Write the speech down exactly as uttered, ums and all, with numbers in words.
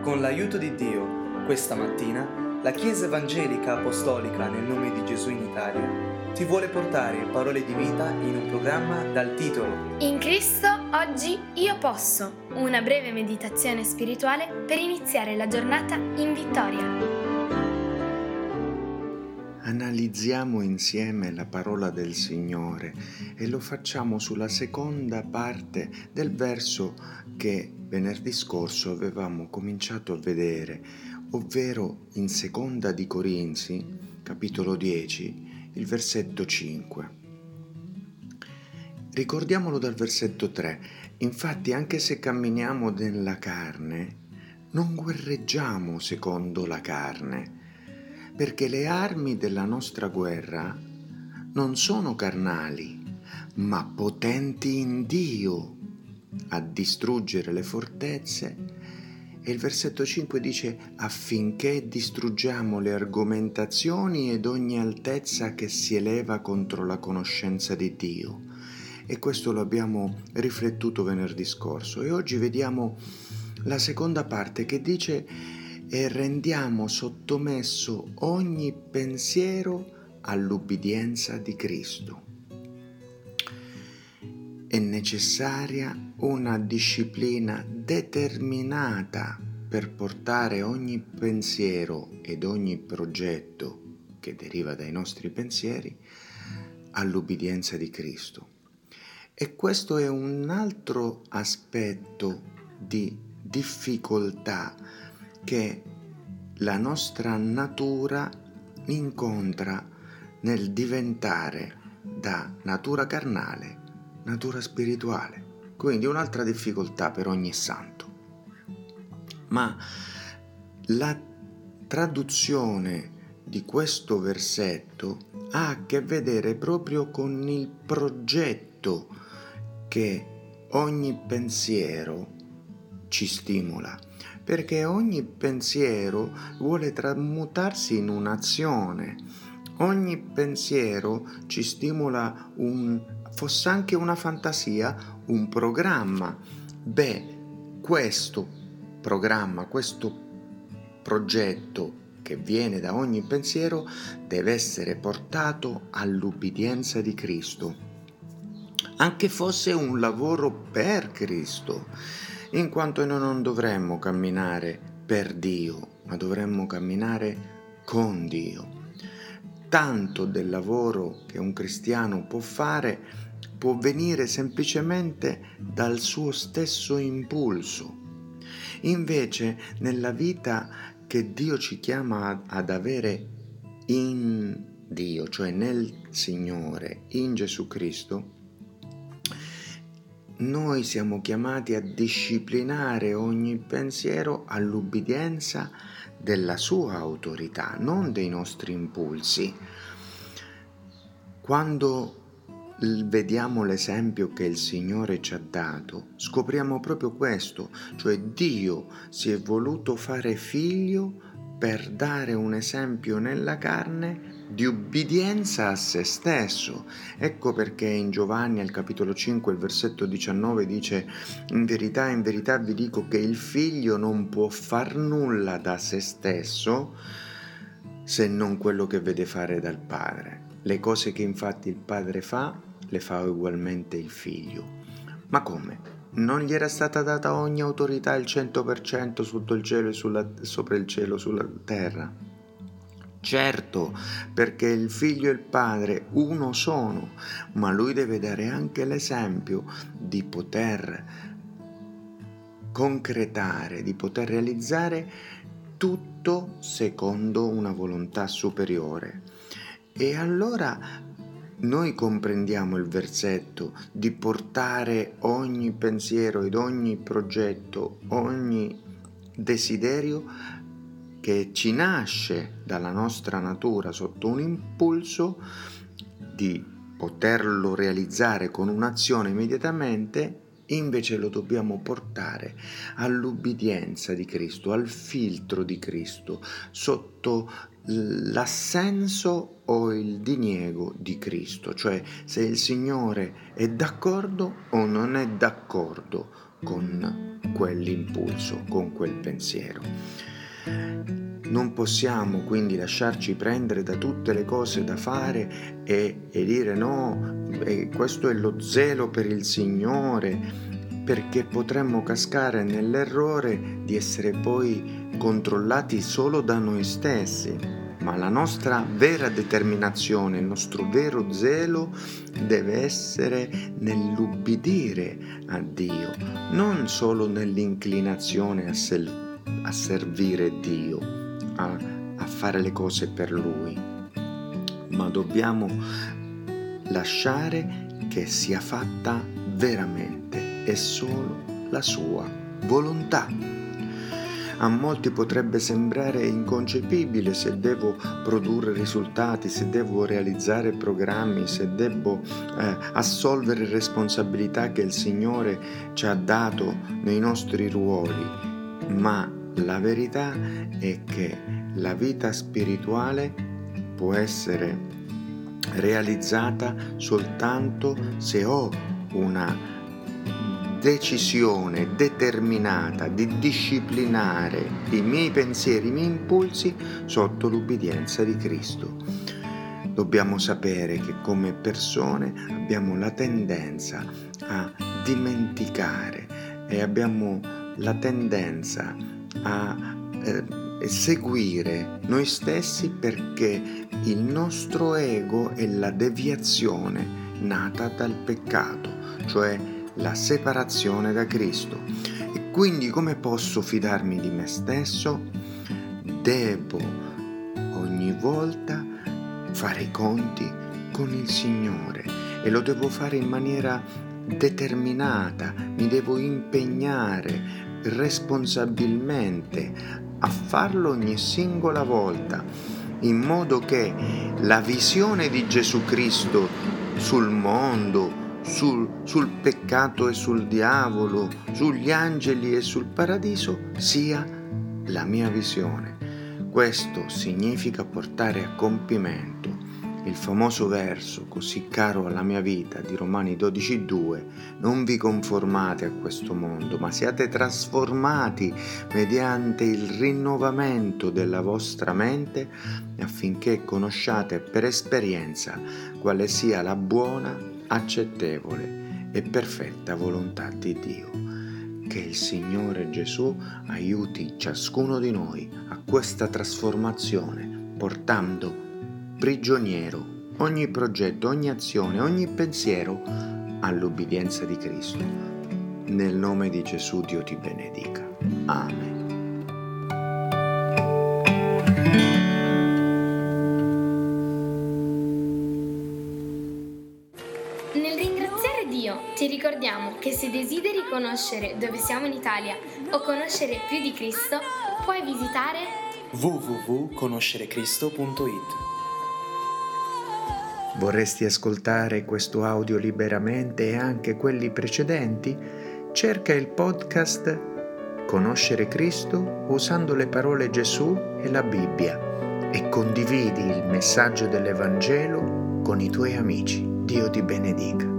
Con l'aiuto di Dio, questa mattina, la Chiesa Evangelica Apostolica nel nome di Gesù in Italia ti vuole portare parole di vita in un programma dal titolo In Cristo oggi io posso, una breve meditazione spirituale per iniziare la giornata in vittoria. Analizziamo insieme la parola del Signore e lo facciamo sulla seconda parte del verso che venerdì scorso avevamo cominciato a vedere, ovvero in seconda di Corinzi, capitolo dieci, il versetto cinque. Ricordiamolo dal versetto tre. Infatti, anche se camminiamo nella carne, non guerreggiamo secondo la carne, perché le armi della nostra guerra non sono carnali, ma potenti in Dio a distruggere le fortezze. E il versetto cinque dice: affinché distruggiamo le argomentazioni ed ogni altezza che si eleva contro la conoscenza di Dio. E questo lo abbiamo riflettuto venerdì scorso. E oggi vediamo la seconda parte che dice: e rendiamo sottomesso ogni pensiero all'ubbidienza di Cristo. È necessaria una disciplina determinata per portare ogni pensiero ed ogni progetto che deriva dai nostri pensieri all'ubbidienza di Cristo. E questo è un altro aspetto di difficoltà che la nostra natura incontra nel diventare da natura carnale natura spirituale. Quindi un'altra difficoltà per ogni santo. Ma la traduzione di questo versetto ha a che vedere proprio con il progetto che ogni pensiero ci stimola, perché ogni pensiero vuole tramutarsi in un'azione. Ogni pensiero ci stimola un, fosse anche una fantasia, un programma. Beh, questo programma, questo progetto che viene da ogni pensiero deve essere portato all'ubbidienza di Cristo, anche fosse un lavoro per Cristo, in quanto noi non dovremmo camminare per Dio, ma dovremmo camminare con Dio. Tanto del lavoro che un cristiano può fare può venire semplicemente dal suo stesso impulso. Invece, nella vita che Dio ci chiama ad avere in Dio, cioè nel Signore, in Gesù Cristo, noi siamo chiamati a disciplinare ogni pensiero all'ubbidienza della sua autorità, non dei nostri impulsi. Quando vediamo l'esempio che il Signore ci ha dato, scopriamo proprio questo, cioè Dio si è voluto fare figlio per dare un esempio nella carne di ubbidienza a se stesso. Ecco perché in Giovanni al capitolo cinque, il versetto diciannove dice: in verità, in verità vi dico che il figlio non può far nulla da se stesso se non quello che vede fare dal padre. Le cose che infatti il padre fa, le fa ugualmente il figlio. Ma come? Non gli era stata data ogni autorità al cento per cento sotto il cielo e sulla, sopra il cielo, sulla terra? Certo, perché il figlio e il padre uno sono, ma lui deve dare anche l'esempio di poter concretare, di poter realizzare tutto secondo una volontà superiore. E allora noi comprendiamo il versetto di portare ogni pensiero ed ogni progetto, ogni desiderio che ci nasce dalla nostra natura sotto un impulso, di poterlo realizzare con un'azione immediatamente. Invece lo dobbiamo portare all'ubbidienza di Cristo, al filtro di Cristo, sotto l'assenso o il diniego di Cristo, cioè se il Signore è d'accordo o non è d'accordo, con quell'impulso, con quel pensiero. Non possiamo quindi lasciarci prendere da tutte le cose da fare e, e dire no, eh, questo è lo zelo per il Signore, perché potremmo cascare nell'errore di essere poi controllati solo da noi stessi. Ma la nostra vera determinazione, il nostro vero zelo deve essere nell'ubbidire a Dio, non solo nell'inclinazione a, sel- a servire Dio, a, a fare le cose per Lui, ma dobbiamo lasciare che sia fatta veramente e solo la sua volontà. A molti potrebbe sembrare inconcepibile se devo produrre risultati, se devo realizzare programmi, se devo eh, assolvere responsabilità che il Signore ci ha dato nei nostri ruoli, ma la verità è che la vita spirituale può essere realizzata soltanto se ho una decisione determinata di disciplinare i miei pensieri, i miei impulsi sotto l'ubbidienza di Cristo. Dobbiamo sapere che come persone abbiamo la tendenza a dimenticare e abbiamo la tendenza a eh, seguire noi stessi, perché il nostro ego è la deviazione nata dal peccato, cioè la separazione da Cristo. E quindi come posso fidarmi di me stesso? Devo ogni volta fare i conti con il Signore e lo devo fare in maniera determinata, mi devo impegnare responsabilmente a farlo ogni singola volta, in modo che la visione di Gesù Cristo sul mondo, Sul, sul peccato e sul diavolo, sugli angeli e sul paradiso sia la mia visione. Questo significa portare a compimento il famoso verso così caro alla mia vita di Romani dodici due: non vi conformate a questo mondo, ma siate trasformati mediante il rinnovamento della vostra mente, affinché conosciate per esperienza quale sia la buona, accettevole e perfetta volontà di Dio. Che il Signore Gesù aiuti ciascuno di noi a questa trasformazione, portando prigioniero ogni progetto, ogni azione, ogni pensiero all'ubbidienza di Cristo. Nel nome di Gesù Dio ti benedica. Amen. Ti ricordiamo che se desideri conoscere dove siamo in Italia o conoscere più di Cristo, puoi visitare w w w punto conoscere cristo punto it. Vorresti ascoltare questo audio liberamente e anche quelli precedenti? Cerca il podcast Conoscere Cristo usando le parole Gesù e la Bibbia e condividi il messaggio dell'Evangelo con i tuoi amici. Dio ti benedica.